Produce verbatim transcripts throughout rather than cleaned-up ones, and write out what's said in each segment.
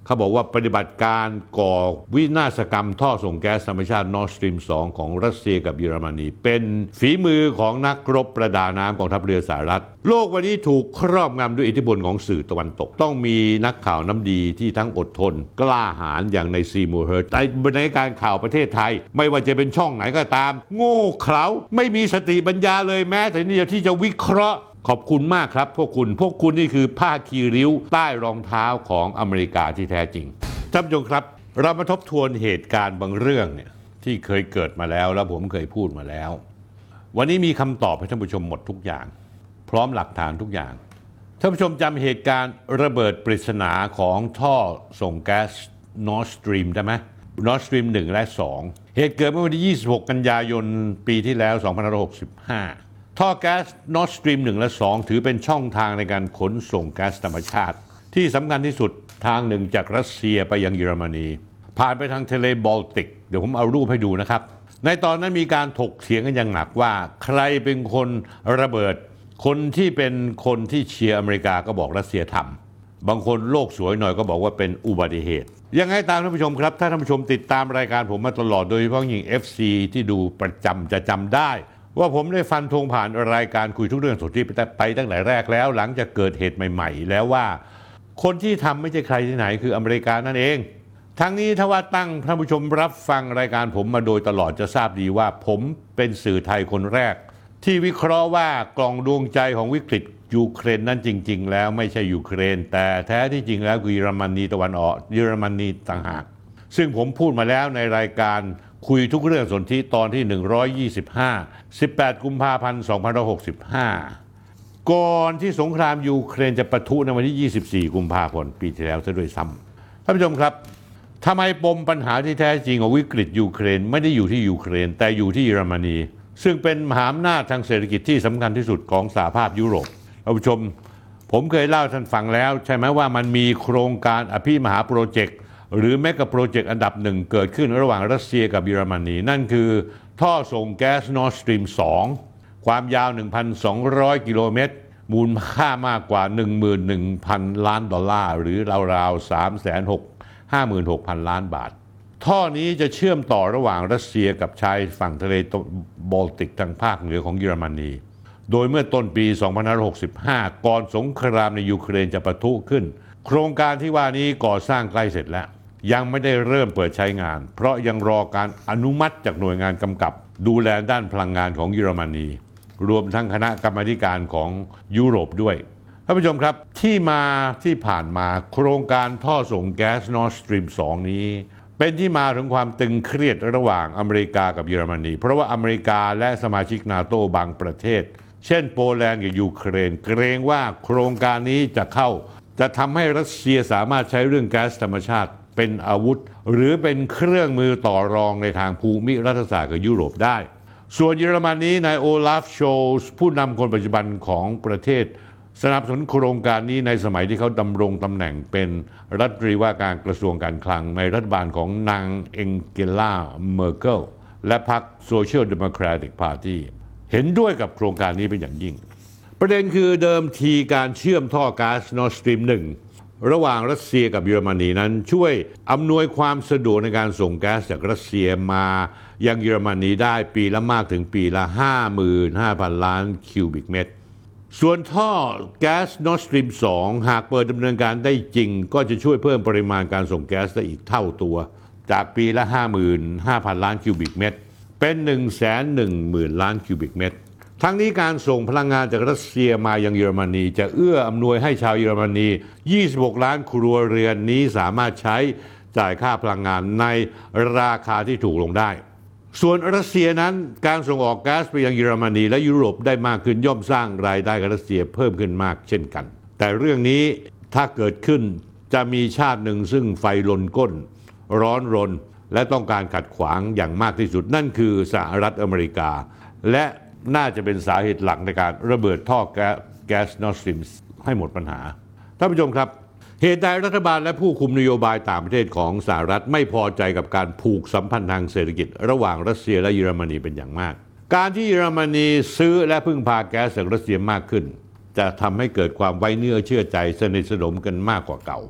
เขาบอกว่าปฏิบัติการก่อวินาศกรรมท่อส่งแก๊สธรรมชาติ Nord Stream สองของรัสเซียกับเยอรมนีเป็นฝีมือของนักรบประดาน้ำกองทัพเรือสหรัฐโลกวันนี้ถูกครอบงำด้วยอิทธิพลของสื่อตะวันตกต้องมีนักข่าวน้ำดีที่ทั้งอดทนกล้าหาญอย่างในซีมูเฮิร์ตในบรรณาธิการข่าวประเทศไทยไม่ว่าจะเป็นช่องไหนก็ตามโง่เขลาไม่มีสติปัญญาเลยแม้แต่นิดเดียวที่จะวิเคราะห์ขอบคุณมากครับพวกคุณพวกคุณนี่คือผ้าคีริ้วใต้รองเท้าของอเมริกาที่แท้จริงท่านผู้ชมครับเรามาทบทวนเหตุการณ์บางเรื่องเนี่ยที่เคยเกิดมาแล้วแล้วผมเคยพูดมาแล้ววันนี้มีคำตอบให้ท่านผู้ชมหมดทุกอย่างพร้อมหลักฐานทุกอย่างท่านผู้ชมจำเหตุการณ์ระเบิดปริศนาของท่อส่งแก๊ส Nord Stream ได้ไหม Nord Stream หนึ่งและสองเหตุเกิดเมื่อวันที่ยี่สิบหกกันยายนปีที่แล้วสองพันห้าร้อยหกสิบห้าท่อแก๊ส Nord Stream หนึ่งและสองถือเป็นช่องทางในการขนส่งแก๊สธรรมชาติที่สำคัญที่สุดทางหนึ่งจากรัสเซียไปยังเยอรมนีผ่านไปทางทะเลบอลติกเดี๋ยวผมเอารูปให้ดูนะครับในตอนนั้นมีการถกเถียงกันอย่างหนักว่าใครเป็นคนระเบิดคนที่เป็นคนที่เชียร์อเมริกาก็บอกรัสเซียทำบางคนโลกสวยหน่อยก็บอกว่าเป็นอุบัติเหตุยังไงตามท่านผู้ชมครับถ้าท่านผู้ชมติดตามรายการผมมาตลอดโดยเฉพาะยิ่ง เอฟ ซี ที่ดูประจำจะจำได้ว่าผมได้ฟันธงผ่านรายการคุยทุกเรื่องสดที่ไปตั้งแต่แรกแล้วหลังจากเกิดเหตุใหม่ๆแล้วว่าคนที่ทำไม่ใช่ใครที่ไหนคืออเมริกานั่นเองทั้งนี้ถ้าว่าตั้งท่านผู้ชมรับฟังรายการผมมาโดยตลอดจะทราบดีว่าผมเป็นสื่อไทยคนแรกที่วิเคราะห์ว่ากล่องดวงใจของวิกฤตยูเครนนั้นจริงๆแล้วไม่ใช่ยูเครนแต่แท้ที่จริงแล้วคือเยอรมนีตะวันออกเยอรมนีต่างหากซึ่งผมพูดมาแล้วในรายการคุยทุกเรื่องสนธิตอนที่หนึ่งร้อยยี่สิบห้า สิบแปดกุมภาพันธ์สองพันห้าร้อยหกสิบห้าก่อนที่สงครามยูเครนจะปะทุในวันที่ยี่สิบสี่กุมภาพันธ์ปีที่แล้วซะด้วยซ้ำท่านผู้ชมครับทำไมปมปัญหาที่แท้จริงของวิกฤตยูเครนไม่ได้อยู่ที่ยูเครนแต่อยู่ที่เยอรมนีซึ่งเป็นมหาอำนาจทางเศรษฐกิจที่สำคัญที่สุดของสหภาพยุโรปท่านผู้ชมผมเคยเล่าท่านฟังแล้วใช่ไหมว่ามันมีโครงการอภิมหาโปรเจกต์หรือแมกะโปรเจกต์อันดับหนึ่งเกิดขึ้นระหว่างรัสเซียกับเยอรมนีนั่นคือท่อส่งแก๊ส Nord Stream สองความยาว หนึ่งพันสองร้อย กิโลเมตรมูลค่ามากกว่า หนึ่งหมื่นหนึ่งพัน ล้านดอลลาร์หรือราวๆ สามแสนห้าหมื่นหกพัน ล้านบาทท่อนี้จะเชื่อมต่อระหว่างรัสเซียกับชายฝั่งทะเลบอลติกทางภาคเหนือของเยอรมนีโดยเมื่อต้นปีสองพันห้าร้อยหกสิบห้าก่อนสงครามในยูเครนจะปะทุขึ้นโครงการที่ว่านี้ก่อสร้างใกล้เสร็จแล้วยังไม่ได้เริ่มเปิดใช้งานเพราะยังรอการอนุมัติจากหน่วยงานกำกับดูแลด้านพลังงานของเยอรมนีรวมทั้งคณะกรรมาธิการของยุโรปด้วยท่านผู้ชมครับที่มาที่ผ่านมาโครงการท่อส่งแก๊ส Nord Stream สองนี้เป็นที่มาถึงความตึงเครียดระหว่างอเมริกากับเยอรมนีเพราะว่าอเมริกาและสมาชิกนาโตบางประเทศเช่นโปแลนด์กับยูเครนเกรงว่าโครงการนี้จะเข้าจะทำให้รัสเซียสามารถใช้เรื่องแก๊สธรรมชาติเป็นอาวุธหรือเป็นเครื่องมือต่อรองในทางภูมิรัฐศาสตร์กับยุโรปได้ส่วนเยอรมนีนายโอลาฟโชลส์ผู้นำคนปัจจุบันของประเทศสนับสนุนโครงการนี้ในสมัยที่เขาดำรงตำแหน่งเป็นรัฐมนตรีว่าการกระทรวงการคลังในรัฐบาลของนางเอ็งเกลาเมอร์เคิลและพรรคโซเชียลเดโมแครติกพาร์ตี้เห็นด้วยกับโครงการนี้เป็นอย่างยิ่งประเด็นคือเดิมทีการเชื่อมท่อก๊าซ Nord Stream หนึ่งระหว่างรัสเซียกับเยอรมนีนั้นช่วยอำนวยความสะดวกในการส่งแก๊สจากรัสเซียมายังเยอรมนีได้ปีละมากถึงปีละ ห้าหมื่นห้าพัน ล้านคิวบิกเมตรส่วนท่อแก๊ส Nord Stream สองหากเปิดดำเนินการได้จริงก็จะช่วยเพิ่มปริมาณการส่งแก๊สได้อีกเท่าตัวจากปีละ ห้าหมื่นห้าพัน ล้านคิวบิกเมตรเป็น หนึ่งแสนหนึ่งหมื่น ล้านคิวบิกเมตรทั้งนี้การส่งพลังงานจากรัสเซียมายังเยอรมนีจะเอื้ออำนวยให้ชาวเยอรมนียี่สิบหกล้านครัวเรือนนี้สามารถใช้จ่ายค่าพลังงานในราคาที่ถูกลงได้ส่วนรัสเซียนั้นการส่งออกก๊าซไปยังเยอรมนีและยุโรปได้มากขึ้นย่อมสร้างรายได้กับรัสเซียเพิ่มขึ้นมากเช่นกันแต่เรื่องนี้ถ้าเกิดขึ้นจะมีชาติหนึ่งซึ่งไฟลนก้นร้อนรนและต้องการขัดขวางอย่างมากที่สุดนั่นคือสหรัฐอเมริกาและน่าจะเป็นสาเหตุหลักในการระเบิดท่อแก๊ส Nord Stream ให้หมดปัญหาท่านผู้ชมครับเหตุใดรัฐบาลและผู้คุมนโยบายต่างประเทศของสหรัฐไม่พอใจกับการผูกสัมพันธ์ทางเศรษฐกิจระหว่างรัสเซียและเยอรมนีเป็นอย่างมากการที่เยอรมนีซื้อและพึ่งพาแก๊สจากรัสเซียมากขึ้นจะทำให้เกิดความไว้เนื้อเชื่อใจสนิทสนมกันมากกว่าเก่า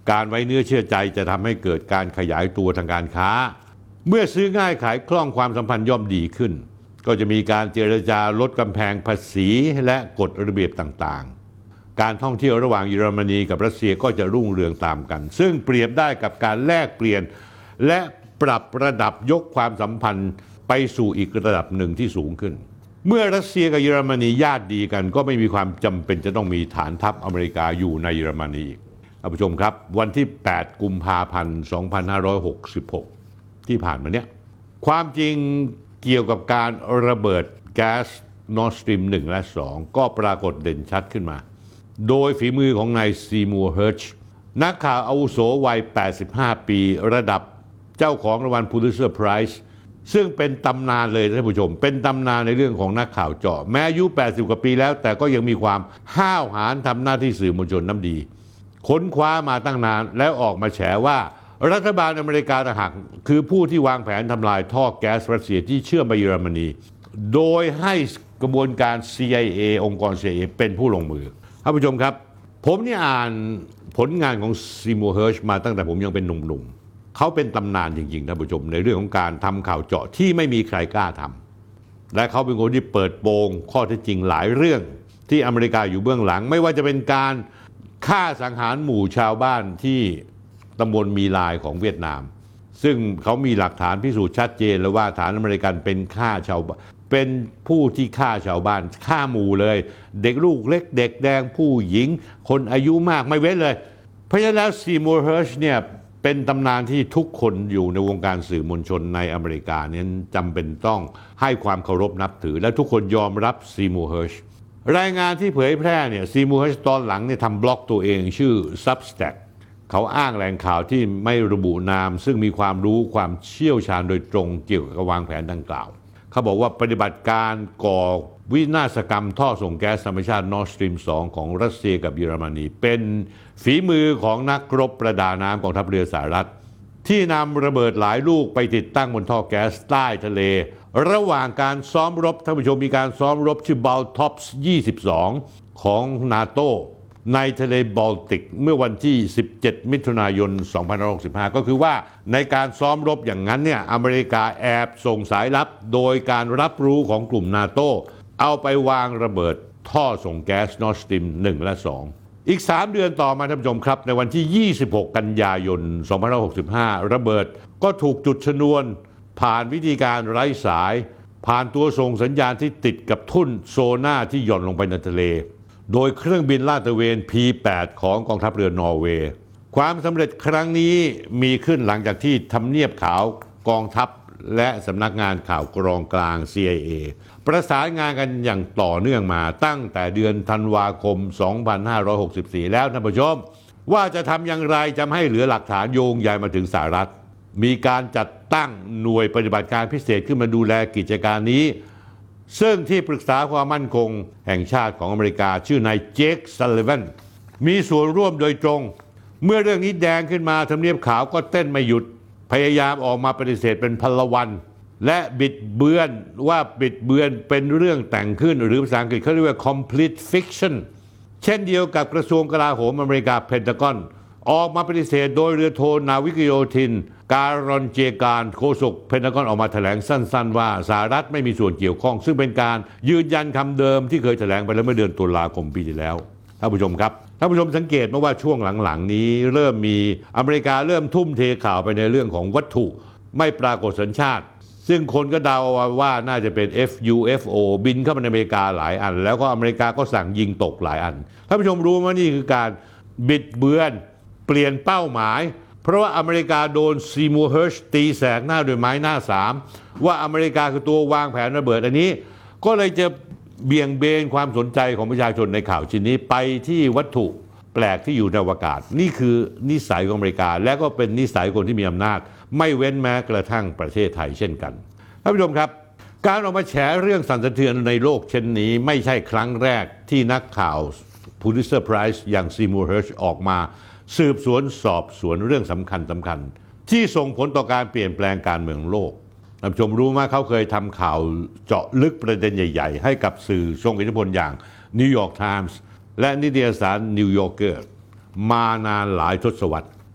การไว้เนื้อเชื่อใจจะทำให้เกิดการขยายตัวทางการค้าเมื่อซื้อง่ายขายคล่องความสัมพันธ์ย่อมดีขึ้นก็จะมีการเจรจาลดกำแพงภาษีและกฎระเบียบต่างๆการท่องเที่ยวระหว่างเยอรมนีกับรัสเซียก็จะรุ่งเรืองตามกันซึ่งเปรียบได้กับการแลกเปลี่ยนและปรับระดับยกความสัมพันธ์ไปสู่อีกระดับหนึ่งที่สูงขึ้นเมื่อรัสเซียกับเยอรมนีญาติดีกันก็ไม่มีความจำเป็นจะต้องมีฐานทัพอเมริกาอยู่ในเยอรมนีอีกท่านผู้ชมครับวันที่แปดกุมภาพันธ์ สองพันห้าร้อยหกสิบหก ที่ผ่านมาเนี้ยความจริงเกี่ยวกับการระเบิดแก๊ส Nord Stream หนึ่งและสองก็ปรากฏเด่นชัดขึ้นมาโดยฝีมือของนายซีมูร์เฮิร์ชนักข่าวอาวุโสวัยแปดสิบห้าปีระดับเจ้าของรางวัลพูลิตเซอร์ไพรส์ซึ่งเป็นตำนานเลยท่านผู้ชมเป็นตำนานในเรื่องของนักข่าวเจาะแม้อายุแปดสิบกว่าปีแล้วแต่ก็ยังมีความห้าวหาญทำหน้าที่สื่อมวลชนน้ำดีค้นคว้ามาตั้งนานแล้วออกมาแฉว่ารัฐบาลอเมริกาต่างหากคือผู้ที่วางแผนทำลายท่อแก๊สรัสเซียที่เชื่อมไปเยอรมนีโดยให้กระบวนการ ซี ไอ เอ องค์กร ซี ไอ เอ เป็นผู้ลงมือท่านผู้ชมครับผมนี่อ่านผลงานของซีมูร์เฮิร์ชมาตั้งแต่ผมยังเป็นหนุ่มๆเขาเป็นตำนานจริงๆท่านผู้ชมในเรื่องของการทำข่าวเจาะที่ไม่มีใครกล้าทำและเขาเป็นคนที่เปิดโปงข้อเท็จจริงหลายเรื่องที่อเมริกาอยู่เบื้องหลังไม่ว่าจะเป็นการฆ่าสังหารหมู่ชาวบ้านที่ตำบลมีลายของเวียดนามซึ่งเขามีหลักฐานพิสูจน์ชัดเจนแล้วว่าฐานอเมริกันเป็นฆ่าชาวเป็นผู้ที่ฆ่าชาวบ้านฆ่าหมู่เลยเด็กลูกเล็กเด็กแดงผู้หญิงคนอายุมากไม่เว้นเลยเพราะฉะนั้นแล้วซีมูร์เฮิร์ชเนี่ยเป็นตำนานที่ทุกคนอยู่ในวงการสื่อมวลชนในอเมริกาเนี่ยจำเป็นต้องให้ความเคารพนับถือและทุกคนยอมรับซีมูร์เฮิร์ชรายงานที่เผยแพร่เนี่ยซีมูร์เฮิร์ชตอนหลังเนี่ยทำบล็อกตัวเองชื่อ Substackเขาอ้างแหล่งข่าวที่ไม่ระบุนามซึ่งมีความรู้ความเชี่ยวชาญโดยตรงเกี่ยวกับวางแผนดังกล่าวเขาบอกว่าปฏิบัติการก่อวินาศกรรมท่อส่งแก๊สธรรมชาติ Nord Stream สองของรัสเซียกับเยอรมนีเป็นฝีมือของนักรบประดาน้ำกองทัพเรือสหรัฐที่นำระเบิดหลายลูกไปติดตั้งบนท่อแก๊สใต้ทะเลระหว่างการซ้อมรบท่านผู้ชมมีการซ้อมรบชื่อ Baltops ยี่สิบสอง ของนาโตในทะเลบอลติกเมื่อวันที่สิบเจ็ดมิถุนายนสองพันห้าร้อยหกสิบห้าก็คือว่าในการซ้อมรบอย่างนั้นเนี่ยอเมริกาแอบส่งสายลับโดยการรับรู้ของกลุ่มนาโตเอาไปวางระเบิดท่อส่งแก๊ส Nord Stream หนึ่งและสองอีกสามเดือนต่อมาท่านผู้ชมครับในวันที่ยี่สิบหกกันยายนสองพันห้าร้อยหกสิบห้าระเบิดก็ถูกจุดชนวนผ่านวิธีการไร้สายผ่านตัวส่งสัญญาณที่ติดกับทุ่นโซน่าที่หย่อนลงไปในทะเลโดยเครื่องบินลาดตระเวน พี แปด ของกองทัพเรือนอร์เวย์ความสำเร็จครั้งนี้มีขึ้นหลังจากที่ทำเนียบขาวกองทัพและสำนักงานข่าวกรองกลาง ซี ไอ เอ ประสานงานกันอย่างต่อเนื่องมาตั้งแต่เดือนธันวาคมสองพันห้าร้อยหกสิบสี่แล้วท่านผู้ชมว่าจะทำอย่างไรจะให้เหลือหลักฐานโยงใยมาถึงสหรัฐมีการจัดตั้งหน่วยปฏิบัติการพิเศษขึ้นมาดูแลกิจการนี้ซึ่งที่ปรึกษาความมั่นคงแห่งชาติของอเมริกาชื่อนายเจค ซัลลิแวนมีส่วนร่วมโดยตรงเมื่อเรื่องนี้แดงขึ้นมาทำเนียบขาวก็เต้นไม่หยุดพยายามออกมาปฏิเสธเป็นพลวันและบิดเบือนว่าบิดเบือนเป็นเรื่องแต่งขึ้นหรือภาษาอังกฤษเขาเรียกว่า complete fiction เช่นเดียวกับกระทรวงกลาโหมอเมริกาเพนทากอนออกมาปฏิเสธโดยเรือโทนาวิกโยธินการอนเจการโฆษกเพนทากอนออกมาแถลงสั้นๆว่าสหรัฐไม่มีส่วนเกี่ยวข้องซึ่งเป็นการยืนยันคำเดิมที่เคยแถลงไปแล้วเมื่อเดือนตุลาคมปีที่แล้วท่านผู้ชมครับท่านผู้ชมสังเกตไหมว่าช่วงหลังๆนี้เริ่มมีอเมริกาเริ่มทุ่มเทข่าวไปในเรื่องของวัตถุไม่ปรากฏสัญชาติซึ่งคนก็เดาว่าน่าจะเป็น เอฟ ยู เอฟ โอ บินเข้ามาในอเมริกาหลายอันแล้วก็อเมริกาก็สั่งยิงตกหลายอันท่านผู้ชมรู้ไหมนี่คือการบิดเบือนเปลี่ยนเป้าหมายเพราะว่าอเมริกาโดนซีมูร์เฮิร์ชตีแสกหน้าด้วยไม้หน้าสามว่าอเมริกาคือตัววางแผนระเบิดอันนี้ก็เลยจะเบี่ยงเบนความสนใจของประชาชนในข่าวชิ้นนี้ไปที่วัตถุแปลกที่อยู่ในอวกาศนี่คือนิสัยของอเมริกาและก็เป็นนิสัยคนที่มีอำนาจไม่เว้นแม้กระทั่งประเทศไทยเช่นกันท่านผู้ชมครับการออกมาแฉเรื่องสั่นสะเทือนในโลกเช่นนี้ไม่ใช่ครั้งแรกที่นักข่าวพูลิตเซอร์ไพรส์อย่างซีมูร์เฮิร์ชออกมาสืบสวนสอบสวนเรื่องสำคัญสำคัญที่ส่งผลต่อการเปลี่ยนแปลงการเมืองโลกท่านผู้ชมรู้ไหมเขาเคยทำข่าวเจาะลึกประเด็นใหญ่ๆให้กับสื่อทรงอิทธิพลอย่างนิวยอร์กไทมส์และนิตยสารนิวยอร์กเกอร์มานานหลายทศวรรษ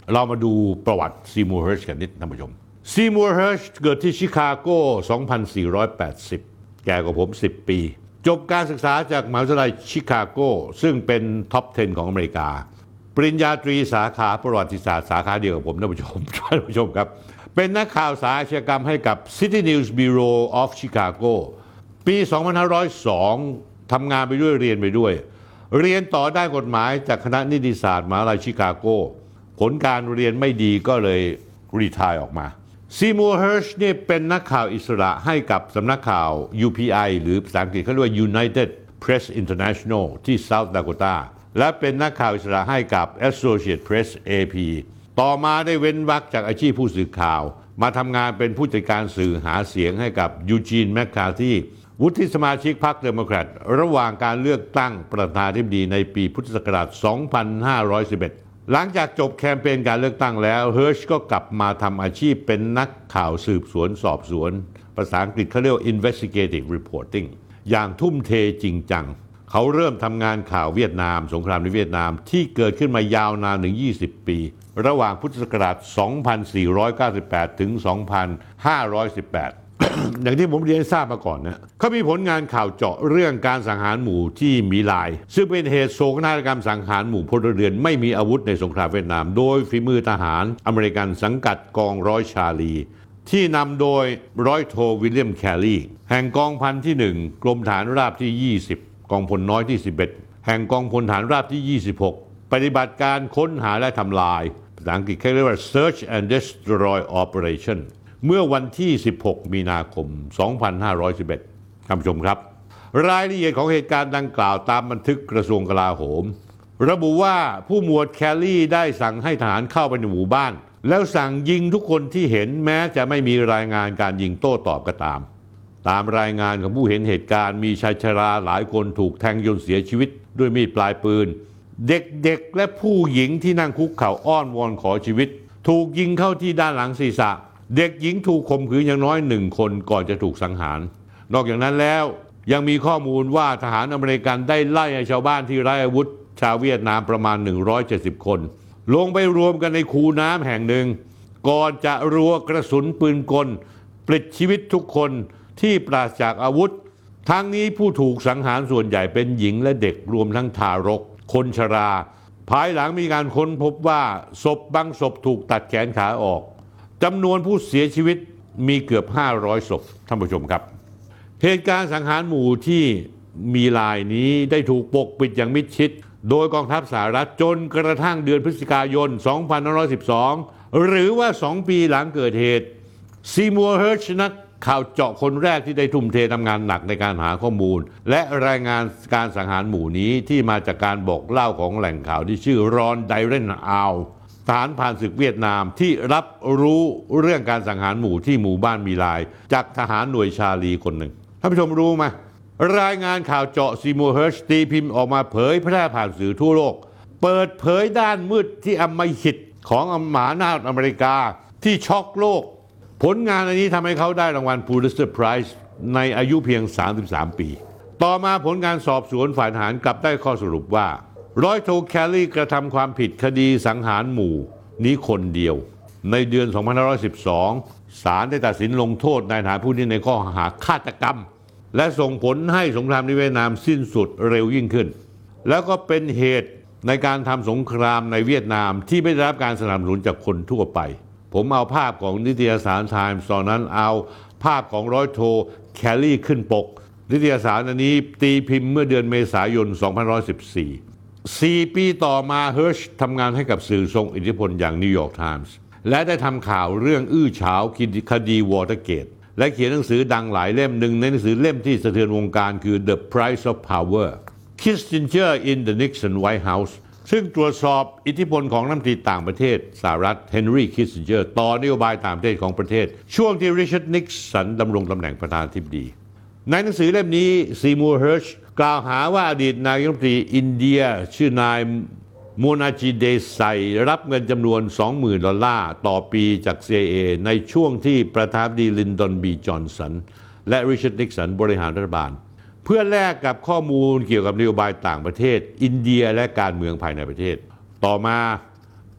เรามาดูประวัติซีมูร์เฮิร์ชกันนิดท่านผู้ชมซีมูร์เฮิร์ชเกิดที่ชิคาโก สองพันสี่ร้อยแปดสิบ แก่กว่าผม สิบ ปี จบการศึกษาจากมหาวิทยาลัยชิคาโกซึ่งเป็นท็อป สิบ ของอเมริกาปริญญาตรีสาขาประวัติศาสตร์สาขาเดียวกับผมท่านผู้ชมท่านผู้ชมครับเป็นนักข่าวสายอาชญากรรมให้กับ City News Bureau of Chicago ปี สองพันห้าร้อยสอง ทำงานไปด้วยเรียนไปด้วยเรียนต่อด้านกฎหมายจากคณะนิติศาสตร์มหาวิทยาลัยชิคาโกผลการเรียนไม่ดีก็เลยรีไทร์ออกมาซีมูร์เฮิร์ชเนี่ยเป็นนักข่าวอิสระให้กับสำนักข่าว ยู พี ไอ หรือภาษาอังกฤษเขาเรียกว่า United Press International ที่ South Dakota และเป็นนักข่าวอิสระให้กับ Associated Press เอ พี ต่อมาได้เว้นวรรคจากอาชีพผู้สื่อข่าวมาทำงานเป็นผู้จัดการสื่อหาเสียงให้กับยูจีนแมคคาร์ธีวุฒิสมาชิกพรรคเดโมแครตระหว่างการเลือกตั้งประธานาธิบดีในปีพุทธศักราช สองพันห้าร้อยสิบเอ็ด หลังจากจบแคมเปญการเลือกตั้งแล้วเฮิร์ชก็กลับมาทำอาชีพเป็นนักข่าวสืบสวนสอบสวนภาษาอังกฤษเขาเรียกว่า investigative reporting อย่างทุ่มเทจริงจังเขาเริ่มทำงานข่าวเวียดนามสงครามในเวียดนามที่เกิดขึ้นมายาวนานถึงยี่สิบปีระหว่างพุทธศักราช สองพันสี่ร้อยเก้าสิบแปด ถึง สองพันห้าร้อยสิบแปด อย่างที่ผมเรียนทราบมาก่อนนะเขามีผลงานข่าวเจาะเรื่องการสังหารหมู่ที่มีลายซึ่งเป็นเหตุโศกนาฏกรรมสังหารหมู่พลเรือนไม่มีอาวุธในสงครามเวียดนามโดยฝีมือทหารอเมริกันสังกัดกองร้อยชาลีที่นำโดยร้อยโทวิลเลียมแคลลีแห่งกองพันที่หนึ่งกรมฐานราบที่ยี่สิบกองพลน้อยที่สิบเอ็ดแห่งกองพลฐานราบที่ยี่สิบหกปฏิบัติการค้นหาและทำลายภาษาอังกฤษเรียกว่า Search and Destroy Operation เมื่อวันที่สิบหกมีนาคม สองพันห้าร้อยสิบเอ็ด ท่านผู้ชมครับรายละเอียดของเหตุการณ์ดังกล่าวตามบันทึกกระทรวงกลาโหมระบุว่าผู้หมวดแคลลี่ได้สั่งให้ทหารเข้าไปในหมู่บ้านแล้วสั่งยิงทุกคนที่เห็นแม้จะไม่มีรายงานการยิงโต้ตอบก็ตามตามรายงานของผู้เห็นเหตุการณ์มีชายชราหลายคนถูกแทงจนเสียชีวิตด้วยมีดปลายปืนเด็กๆและผู้หญิงที่นั่งคุกเข่าอ้อนวอนขอชีวิตถูกยิงเข้าที่ด้านหลังศีรษะเด็กหญิงถูกข่มขืนอย่างน้อยหนึ่งคนก่อนจะถูกสังหารนอกจากนั้นแล้วยังมีข้อมูลว่าทหารอเมริกันได้ไล่ให้ชาวบ้านที่ไร้อาวุธชาวเวียดนามประมาณหนึ่งร้อยเจ็ดสิบคนลงไปรวมกันในคูน้ำแห่งหนึ่งก่อนจะรัวกระสุนปืนกลปลิดชีวิตทุกคนที่ปราศจากอาวุธทั้งนี้ผู้ถูกสังหารส่วนใหญ่เป็นหญิงและเด็กรวมทั้งทารกคนชราภายหลังมีการค้นพบว่าศพบางศพถูกตัดแขนขาออกจำนวนผู้เสียชีวิตมีเกือบห้าร้อยศพท่านผู้ชมครับเหตุการณ์สังหารหมู่ที่มีลายนี้ได้ถูกปกปิดอย่างมิดชิดโดยกองทัพสหรัฐจนกระทั่งเดือนพฤศจิกายน สองพันห้าร้อยสิบสอง หรือว่าสองปีหลังเกิดเหตุซีมัวร์เฮิร์ชนักข่าวเจาะคนแรกที่ได้ทุ่มเททำงานหนักในการหาข้อมูลและรายงานการสังหารหมู่นี้ที่มาจากการบอกเล่าของแหล่งข่าวที่ชื่อรอนไดเรนอัลทหารผ่านศึกเวียดนามที่รับรู้เรื่องการสังหารหมู่ที่หมู่บ้านมีลายจากทหารหน่วยชาลีคนหนึ่งท่านผู้ชมรู้ไหมรายงานข่าวเจาะซีมัวร์เฮิร์ชตีพิมพ์ออกมาเผยแพร่ผ่านสื่อทั่วโลกเปิดเผยด้านมืดที่อำมหิตของมหาอำนาจอเมริกาที่ช็อกโลกผลงานอันนี้ทำให้เขาได้รางวัล Pulitzer Prize ในอายุเพียงสามสิบสามปีต่อมาผลการสอบสวนฝ่ายทหารกลับได้ข้อสรุปว่าร้อยโทแคลลี่กระทำความผิดคดีสังหารหมู่นี้คนเดียวในเดือน สองพันห้าร้อยสิบสอง ศาลได้ตัดสินลงโทษนายทหารผู้นี้ในข้อหาฆาตกรรมและส่งผลให้สงครามในเวียดนามสิ้นสุดเร็วยิ่งขึ้นแล้วก็เป็นเหตุในการทำสงครามในเวียดนามที่ไม่ได้รับการสนับสนุนจากคนทั่วไปผมเอาภาพของนิตยสารไทมส์ตอนนั้นเอาภาพของร้อยโทแคลลี่ขึ้นปกนิตยสารอันนี้ตีพิมพ์เมื่อเดือนเมษายน สองพันห้าร้อยสิบสี่ สี่ปีต่อมาเฮิร์ชทำงานให้กับสื่อทรงอิทธิพลอย่างนิวยอร์กไทมส์และได้ทำข่าวเรื่องอื้อฉาวคดีวอเตอร์เกตและเขียนหนังสือดังหลายเล่มหนึ่งในหนังสือเล่มที่สะเทือนวงการคือ The Price of Power Kissinger in the Nixon White House ซึ่งตรวจสอบอิทธิพลของรัฐมนตรีต่างประเทศสหรัฐเฮนรี่คิสซินเจอร์ต่อนโยบายต่างประเทศของประเทศช่วงที่ริชาร์ดนิกสันดำรงตำแหน่งประธานาธิบดีในหนังสือเล่มนี้ซีมัวร์เฮิร์ชกล่าวหาว่าอดีตนายกรัฐมนตรีอินเดียชื่อนายโมนาจิเดซัยรับเงินจำนวน สองหมื่น ดอลลาร์ต่อปีจาก ซี ไอ เอ ในช่วงที่ประธานาธิบดีลินดอนบีจอห์นสันและริชาร์ดนิกสันบริหารรัฐบาลเพื่อแลกกับข้อมูลเกี่ยวกับนโยบายต่างประเทศอินเดียและการเมืองภายในประเทศต่อมา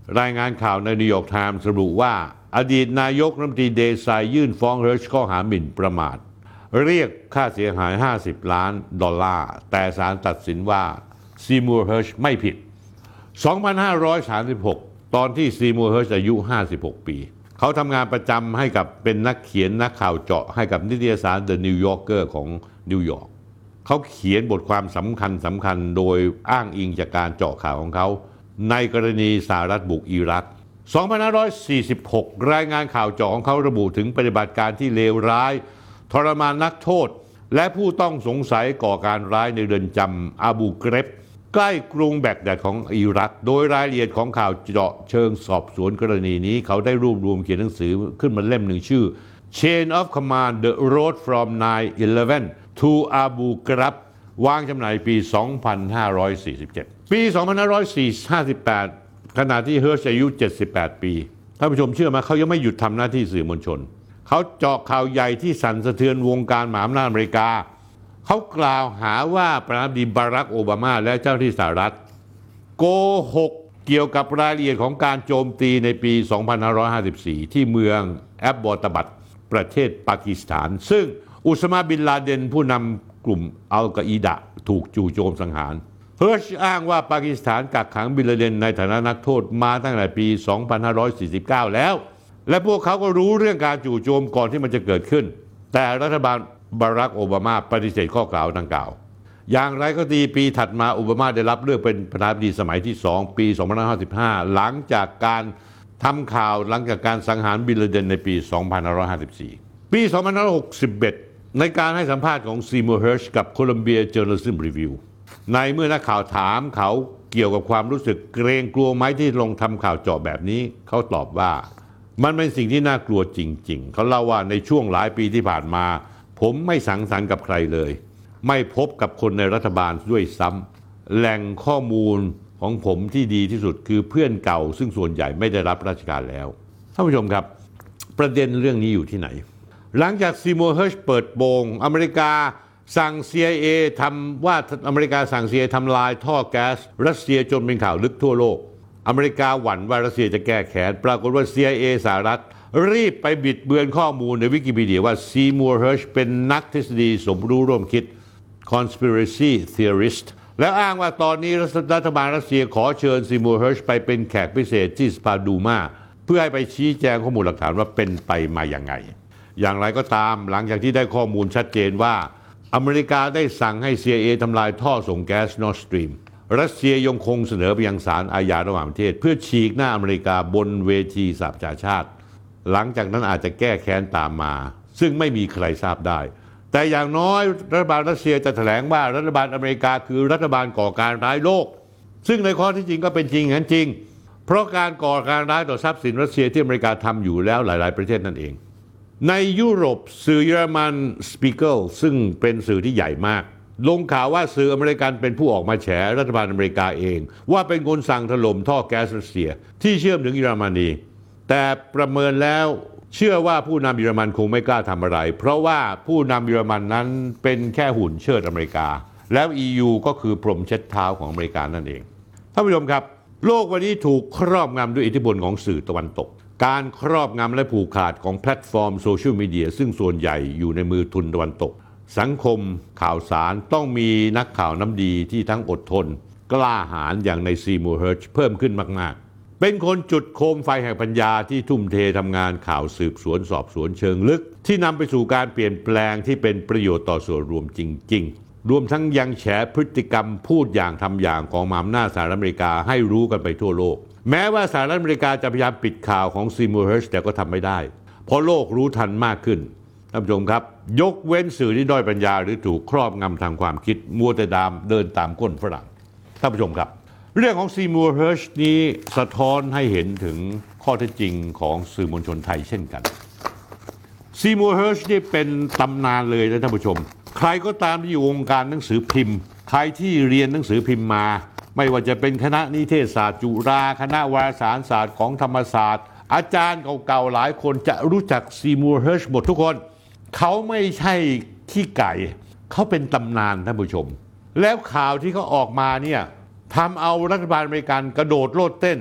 รายงานข่าวในนิวยอร์กไทม์ระบุว่าอดีตนายกรัฐมนตรีเดซายยื่นฟ้องเฮิร์ชข้อหาหมิ่นประมาทเรียกค่าเสียหายห้าสิบล้านดอลลาร์แต่ศาลตัดสินว่าซีมูร์เฮิร์ชไม่ผิดสองพันห้าร้อยสามสิบหกตอนที่ซีมูร์เฮิร์ชอายุห้าสิบหกปีเขาทำงานประจำให้กับเป็นนักเขียนนักข่าวเจาะให้กับนิตยสาร The New Yorker ของนิวยอร์กเขาเขียนบทความสำคัญสำคัญโดยอ้างอิงจากการเจาะข่าวของเขาในกรณีสหรัฐบุกอิรักสองพันห้าร้อยสี่สิบหกรายงานข่าวเจาะของเขาระบุถึงปฏิบัติการที่เลวร้ายทรมานนักโทษและผู้ต้องสงสัยก่อการร้ายในเรือนจำอาบูเกรบใกล้กรุงแบกแดดของอิรักโดยรายละเอียดของข่าวเจาะเชิงสอบสวนกรณีนี้เขาได้รวบรวมเขียนหนังสือขึ้นมาเล่มหนึ่งชื่อ Chain of Command: The Road from ไนน์ อีเลฟเว่น to Abu Ghraib วางจำหน่ายปี สองพันห้าร้อยสี่สิบเจ็ด ปี สองพันห้าร้อยห้าสิบแปด ขณะที่เฮิร์ชอายุ เจ็ดสิบแปด ปีท่านผู้ชมเชื่อไหมเขายังไม่หยุดทำหน้าที่สื่อมวลชนเขาเจาะข่าวใหญ่ที่สั่นสะเทือนวงการมหาอำนาจอเมริกาเขากล่าวหาว่าประธานาธิบดีบารักโอบามาและเจ้าหน้าที่สหรัฐโกหกเกี่ยวกับรายละเอียดของการโจมตีในปี สองพันห้าร้อยห้าสิบสี่ ที่เมืองแอบบอตบัดประเทศปากีสถานซึ่งอุสมาบินลาเดนผู้นำกลุ่มอัลกออิดะถูกจู่โจมสังหารเฮิร์ชอ้างว่าปากีสถานกักขังบินลาเดนในฐานะนักโทษมาตั้งแต่ปี สองพันห้าร้อยสี่สิบเก้า แล้วและพวกเขาก็รู้เรื่องการจู่โจมก่อนที่มันจะเกิดขึ้นแต่รัฐบาลบารักโอบามาปฏิเสธข้อกล่าวดังกล่าวอย่างไรก็ดีปีถัดมาโอบามาได้รับเลือกเป็นประธานาธิบดีสมัยที่สองปี สองพันห้าร้อยห้าสิบห้า หลังจากการทำข่าวหลังจากการสังหารบินลาเดนในปี สองพันห้าร้อยห้าสิบสี่ ปี สองพันห้าร้อยหกสิบเอ็ด ในการให้สัมภาษณ์ของซีมูร์เฮิร์ชกับ Columbia Journalism Review ในเมื่อนักข่าวถามเขาเกี่ยวกับความรู้สึกเกรงกลัวไหมที่ลงทำข่าวเจาะแบบนี้เขาตอบว่ามันเป็นสิ่งที่น่ากลัวจริงๆเขาเล่าว่าในช่วงหลายปีที่ผ่านมาผมไม่สังสรรค์กับใครเลยไม่พบกับคนในรัฐบาลด้วยซ้ำแหล่งข้อมูลของผมที่ดีที่สุดคือเพื่อนเก่าซึ่งส่วนใหญ่ไม่ได้รับราชการแล้วท่านผู้ชมครับประเด็นเรื่องนี้อยู่ที่ไหนหลังจากซีมูร์เฮิร์ชเปิดโปงอเมริกาสั่ง ซี ไอ เอ ทำว่าอเมริกาสั่ง ซี ไอ เอ ทำลายท่อแก๊สรัสเซียจนเป็นข่าวลึกทั่วโลกอเมริกาหวั่นว่ารัสเซียจะแก้แค้นปรากฏว่า ซี ไอ เอ สหรัฐรีบไปบิดเบือนข้อมูลในวิกิพีเดียว่าซีมูร์เฮิร์ชเป็นนักทฤษฎีสมรู้ร่วมคิด conspiracy theorist แล้วอ้างว่าตอนนี้รัฐบาลรัสเซียขอเชิญซีมูร์เฮิร์ชไปเป็นแขกพิเศษที่สภาดูมาเพื่อให้ไปชี้แจงข้อมูลหลักฐานว่าเป็นไปมาอย่างไงอย่างไรก็ตามหลังจากที่ได้ข้อมูลชัดเจนว่าอเมริกาได้สั่งให้ ซี ไอ เอ ทำลายท่อส่งแก๊ส Nord Stream รัสเซียยังคงเสนอไปยังศาลอาญาระหว่างประเทศเพื่อฉีกหน้าอเมริกาบนเวทีสหประชาชาติหลังจากนั้นอาจจะแก้แค้นตามมาซึ่งไม่มีใครทราบได้แต่อย่างน้อยรัฐบาลรัสเซียจะแถลงว่ารัฐบาลอเมริกาคือรัฐบาลก่อการร้ายโลกซึ่งในข้อที่จริงก็เป็นจริงงั้นจริงเพราะการก่อการร้ายต่อทรัพย์สินรัสเซียที่อเมริกาทำอยู่แล้วหลายๆประเทศนั่นเองในยุโรปสื่อเยอรมันสปีเกิลซึ่งเป็นสื่อที่ใหญ่มากลงข่าวว่าสื่ออเมริกันเป็นผู้ออกมาแฉรัฐบาลอเมริกาเองว่าเป็นคนสั่งถล่มท่อแก๊สรัสเซียที่เชื่อมถึงเยอรมนีแต่ประเมินแล้วเชื่อว่าผู้นำเยอรมันคงไม่กล้าทำอะไรเพราะว่าผู้นำเยอรมันนั้นเป็นแค่หุ่นเชิดอเมริกาแล้ว อี ยู ก็คือพรมเช็ดเท้าของอเมริกานั่นเองท่านผู้ชมครับโลกวันนี้ถูกครอบงำด้วยอิทธิพลของสื่อตะวันตกการครอบงำและผูกขาดของแพลตฟอร์มโซเชียลมีเดียซึ่งส่วนใหญ่อยู่ในมือทุนตะวันตกสังคมข่าวสารต้องมีนักข่าวน้ำดีที่ทั้งอดทนกล้าหาญอย่างในซีมูร์เฮิร์ชเพิ่มขึ้นมากๆเป็นคนจุดโคมไฟแห่งปัญญาที่ทุ่มเททำงานข่าวสืบสวนสอบสวนเชิงลึกที่นำไปสู่การเปลี่ยนแปลงที่เป็นประโยชน์ต่อส่วนรวมจริงๆรวมทั้งยังแฉพฤติกรรมพูดอย่างทำอย่างของมหาอำนาจสหรัฐอเมริกาให้รู้กันไปทั่วโลกแม้ว่าสหรัฐอเมริกาจะพยายามปิดข่าวของซีมูร์เฮิร์ชแต่ก็ทำไม่ได้เพราะโลกรู้ทันมากขึ้นท่านผู้ชมครับยกเว้นสื่อที่ด้อยปัญญาหรือถูกครอบงำทางความคิดมัวแต่ดามเดินตามก้นฝรั่งท่านผู้ชมครับเรื่องของซีมูร์เฮิร์ชนี้สะท้อนให้เห็นถึงข้อเท็จจริงของสื่อมวลชนไทยเช่นกันซีมูร์เฮิร์ชนี่เป็นตำนานเลยนะท่านผู้ชมใครก็ตามที่อยู่วงการหนังสือพิมพ์ใครที่เรียนหนังสือพิมพ์มาไม่ว่าจะเป็นคณะนิเทศศาสตร์จุฬาคณะวารสารศาสตร์ของธรรมศาสตร์อาจารย์เก่าๆหลายคนจะรู้จักซีมูร์เฮิร์ชหมดทุกคนเขาไม่ใช่ขี้ไก่เขาเป็นตำนานท่านผู้ชมแล้วข่าวที่เขาออกมาเนี่ยทำเอารัฐบาลอเมริกันกระโดดโลดเต้น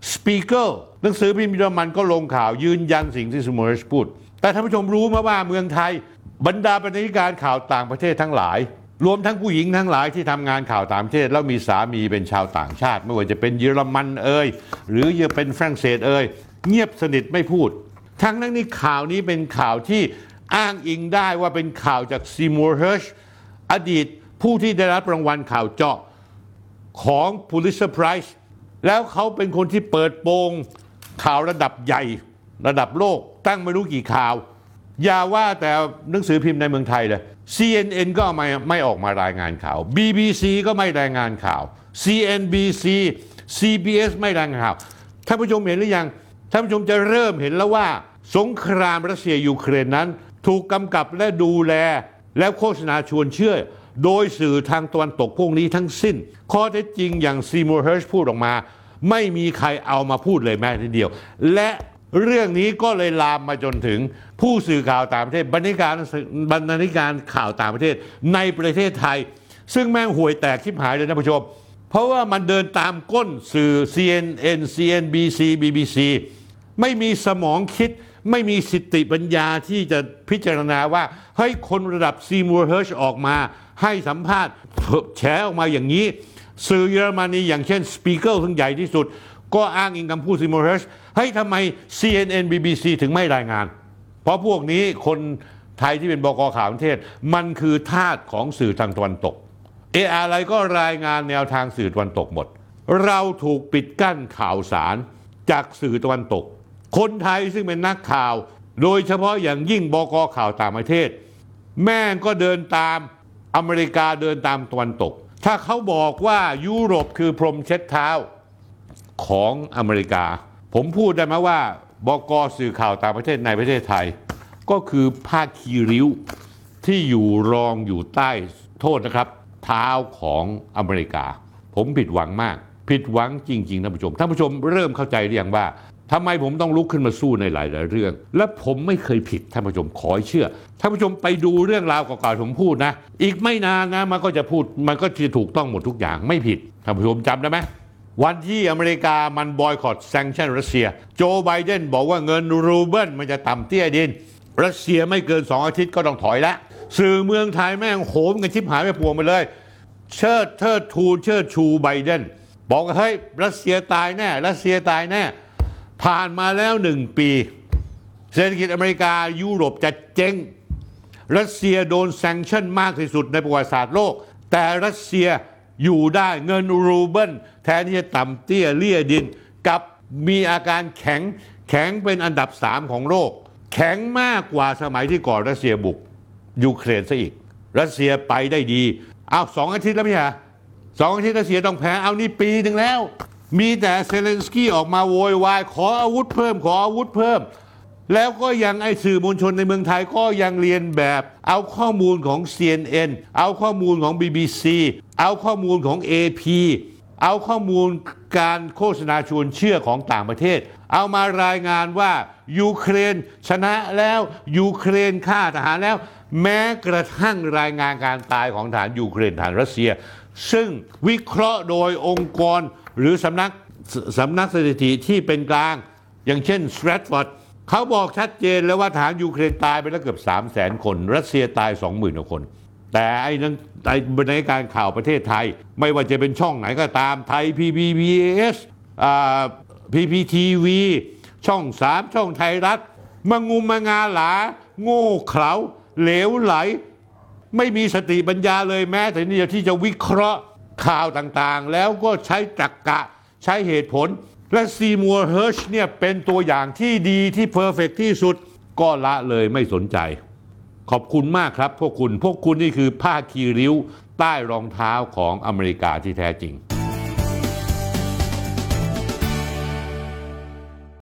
Spiegel หนังสือพิมพ์เยอรมันก็ลงข่าวยืนยันสิ่งที่ซิโมเรชพูดแต่ท่านผู้ชมรู้ไหมว่าเมืองไทยบรรดาบรรณาธิการข่าวต่างประเทศทั้งหลายรวมทั้งผู้หญิงทั้งหลายที่ทำงานข่าวต่างประเทศแล้วมีสามีเป็นชาวต่างชาติไม่ว่าจะเป็นเยอรมันเอ่ยหรือจะเป็นฝรั่งเศสเอ่ยเงียบสนิทไม่พูดทั้งนั้นนี่ข่าวนี้เป็นข่าวที่อ้างอิงได้ว่าเป็นข่าวจากซีมูร์เฮิร์ชอดีตผู้ที่ได้รับรางวัลข่าวเจาะของ Pulitzer Prize แล้วเขาเป็นคนที่เปิดโปงข่าวระดับใหญ่ระดับโลกตั้งไม่รู้กี่ข่าวอย่าว่าแต่หนังสือพิมพ์ในเมืองไทยเลย ซี เอ็น เอ็น ก็ไม่ไม่ออกมารายงานข่าว บี บี ซี ก็ไม่รายงานข่าว ซี เอ็น บี ซี ซี บี เอส ไม่รายงานข่าวท่านผู้ชมเห็นหรือยังท่านผู้ชมจะเริ่มเห็นแล้วว่าสงครามรัสเซียยูเครนนั้นถูกกำกับและดูแลและโฆษณาชวนเชื่อโดยสื่อทางตะวันตกพวกนี้ทั้งสิ้นข้อเท็จจริงอย่างซีมูร์เฮิร์ชพูดออกมาไม่มีใครเอามาพูดเลยแม้แต่เดียวและเรื่องนี้ก็เลยลามมาจนถึงผู้สื่อข่าวต่างประเทศบรรณาธิการบรรณาธิการข่าวต่างประเทศในประเทศไทยซึ่งแม่งห่วยแตกชิบหายเลยนะผู้ชมเพราะว่ามันเดินตามก้นสื่อ ซี เอ็น เอ็น ซี เอ็น บี ซี บี บี ซี ไม่มีสมองคิดไม่มีสติปัญญาที่จะพิจารณาว่าเฮ้ยคนระดับซีมูร์เฮิร์ชออกมาให้สัมภาษณ์แฉออกมาอย่างนี้สื่อเยอรมนีอย่างเช่น Spiegel ซึ่งใหญ่ที่สุดก็อ้างอิงคำพูดซีมูร์เฮิร์ชเฮ้ยทำไม ซี เอ็น เอ็น บี บี ซี ถึงไม่รายงานเพราะพวกนี้คนไทยที่เป็นบก.ข่าวประเทศมันคือทาสของสื่อทางตะวันตกเอออะไรก็รายงานแนวทางสื่อตะวันตกหมดเราถูกปิดกั้นข่าวสารจากสื่อตะวันตกคนไทยซึ่งเป็นนักข่าวโดยเฉพาะอย่างยิ่งบก.ข่าวต่างประเทศแม่งก็เดินตามอเมริกาเดินตามตะวันตกถ้าเขาบอกว่ายุโรปคือพรมเช็ดเท้าของอเมริกาผมพูดได้ไหมว่าบก.สื่อข่าวต่างประเทศในประเทศไทยก็คือผ้าคีริ้วที่อยู่รองอยู่ใต้โทษนะครับเท้าของอเมริกาผมผิดหวังมากผิดหวังจริงๆท่านผู้ชมท่านผู้ชมเริ่มเข้าใจหรือยังว่าทำไมผมต้องลุกขึ้นมาสู้ในหลายๆเรื่องและผมไม่เคยผิดท่านผู้ชมขอให้เชื่อท่านผู้ชมไปดูเรื่องราวเก่าๆผมพูดนะอีกไม่นานนะมันก็จะพูดมันก็จะถูกต้องหมดทุกอย่างไม่ผิดท่านผู้ชมจำได้ไหมวันที่อเมริกามันบอยคอตแซงชั่นรัสเซียโจไบเดนบอกว่าเงินรูเบิลมันจะต่ำเตี้ยดินรัสเซียไม่เกินสองอาทิตย์ก็ต้องถอยละสื่อเมืองไทยแม่งโหมกันชิบหายไปพวงไปเลยเชิดเทิดทูเชิดชูไบเดนบอกว่าเฮ้ยรัสเซียตายแน่รัสเซียตายแน่ผ่านมาแล้วหนึ่งปีเศรษฐกิจอเมริกายุโรปจะเจ๊งรัสเซียโดนแซงชั่นมากที่สุดในประวัติศาสตร์โลกแต่รัสเซียอยู่ได้เงินรูเบิลแทนที่จะต่ำเตี้ยเลี่ยดินกับมีอาการแข็งแข็งเป็นอันดับสามของโลกแข็งมากกว่าสมัยที่ก่อนรัสเซียบุกยูเครนซะอีกรัสเซียไปได้ดีเอาสองอาทิตย์แล้วไม่ใช่สองอาทิตย์รัสเซียต้องแพ้เอานี่ปีหนึ่งแล้วมีแต่เซเลนสกี้ออกมาโวยวายขออาวุธเพิ่มขออาวุธเพิ่มแล้วก็ยังไอสื่อมวลชนในเมืองไทยก็ยังเรียนแบบเอาข้อมูลของ ซี เอ็น เอ็น เอาข้อมูลของ บี บี ซี เอาข้อมูลของ เอ พี เอาข้อมูลการโฆษณาชวนเชื่อของต่างประเทศเอามารายงานว่ายูเครนชนะแล้วยูเครนฆ่าทหารแล้วแม้กระทั่งรายงานการตายของทหารยูเครนทหารรัสเซียซึ่งวิเคราะห์โดยองค์กรหรือสำนักสำนักสถิติที่เป็นกลางอย่างเช่นสแตรทฟอร์ดเขาบอกชัดเจนแล้วว่าทหารยูเครนตายไปแล้วเกือบ สามแสน คนรัสเซียตาย สองหมื่น กว่าคนแต่ไอ้นั้นไอ้บรรณาธิการข่าวประเทศไทยไม่ว่าจะเป็นช่องไหนก็ตามไทย พี บี บี เอส อ่า พี พี ที วี ช่องสามช่องไทยรัฐมางุมมางาหลาโง่เขลาเหลวไหลไม่มีสติปัญญาเลยแม้แต่นิดเดียวที่จะวิเคราะห์ข่าวต่างๆแล้วก็ใช้ตรรกะใช้เหตุผลและซีมัวร์เฮิร์ชเนี่ยเป็นตัวอย่างที่ดีที่เพอร์เฟกต์ที่สุดก็ละเลยไม่สนใจขอบคุณมากครับพวกคุณพวกคุณนี่คือผ้าคีริ้วใต้รองเท้าของอเมริกาที่แท้จริง